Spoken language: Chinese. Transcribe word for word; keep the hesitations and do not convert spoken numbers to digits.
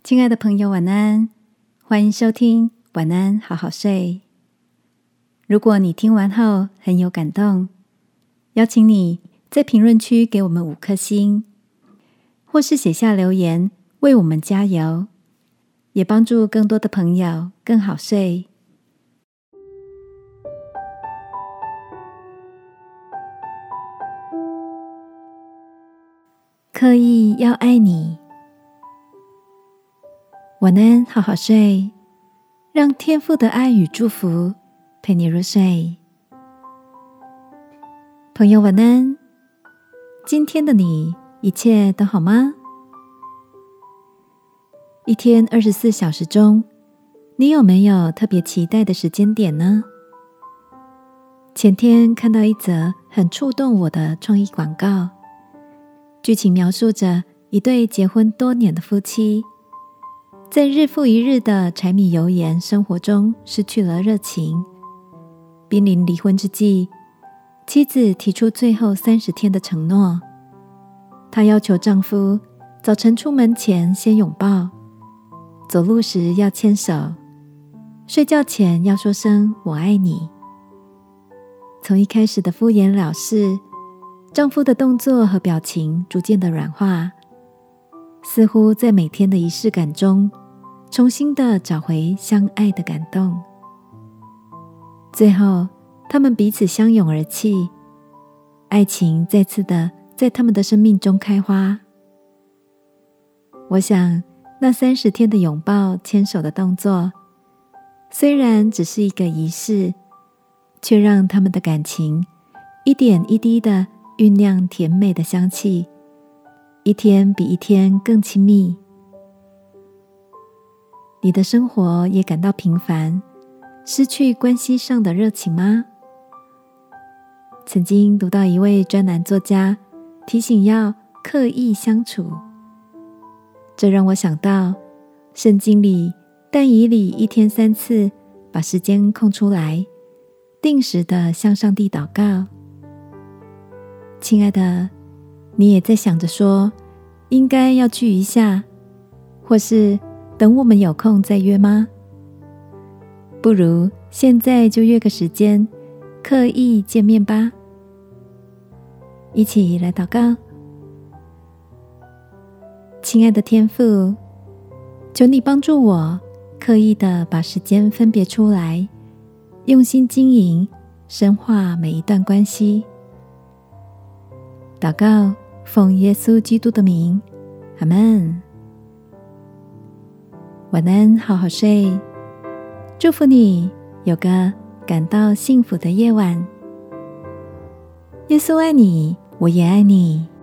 亲爱的朋友，晚安，欢迎收听晚安好好睡。如果你听完后很有感动，邀请你在评论区给我们五颗星，或是写下留言为我们加油，也帮助更多的朋友更好睡。刻意要爱你。晚安好好睡，让天父的爱与祝福陪你入睡。朋友晚安，今天的你一切都好吗？一天二十四小时中，你有没有特别期待的时间点呢？前天看到一则很触动我的创意广告，剧情描述着一对结婚多年的夫妻，在日复一日的柴米油盐生活中失去了热情，濒临离婚之际，妻子提出最后三十天的承诺，她要求丈夫早晨出门前先拥抱，走路时要牵手，睡觉前要说声我爱你。从一开始的敷衍了事，丈夫的动作和表情逐渐的软化，似乎在每天的仪式感中重新的找回相爱的感动。最后他们彼此相拥而泣，爱情再次的在他们的生命中开花。我想那三十天的拥抱牵手的动作，虽然只是一个仪式，却让他们的感情一点一滴的酝酿甜美的香气，一天比一天更亲密。你的生活也感到平凡，失去关系上的热情吗？曾经读到一位专栏作家提醒要刻意相处，这让我想到圣经里但以理一天三次把时间空出来，定时的向上帝祷告。亲爱的，你也在想着说应该要聚一下，或是等我们有空再约吗？不如现在就约个时间，刻意见面吧。一起来祷告。亲爱的天父，求你帮助我刻意的把时间分别出来，用心经营，深化每一段关系。祷告，奉耶稣基督的名，阿们。晚安好好睡，祝福你有个感到幸福的夜晚。耶稣爱你，我也爱你。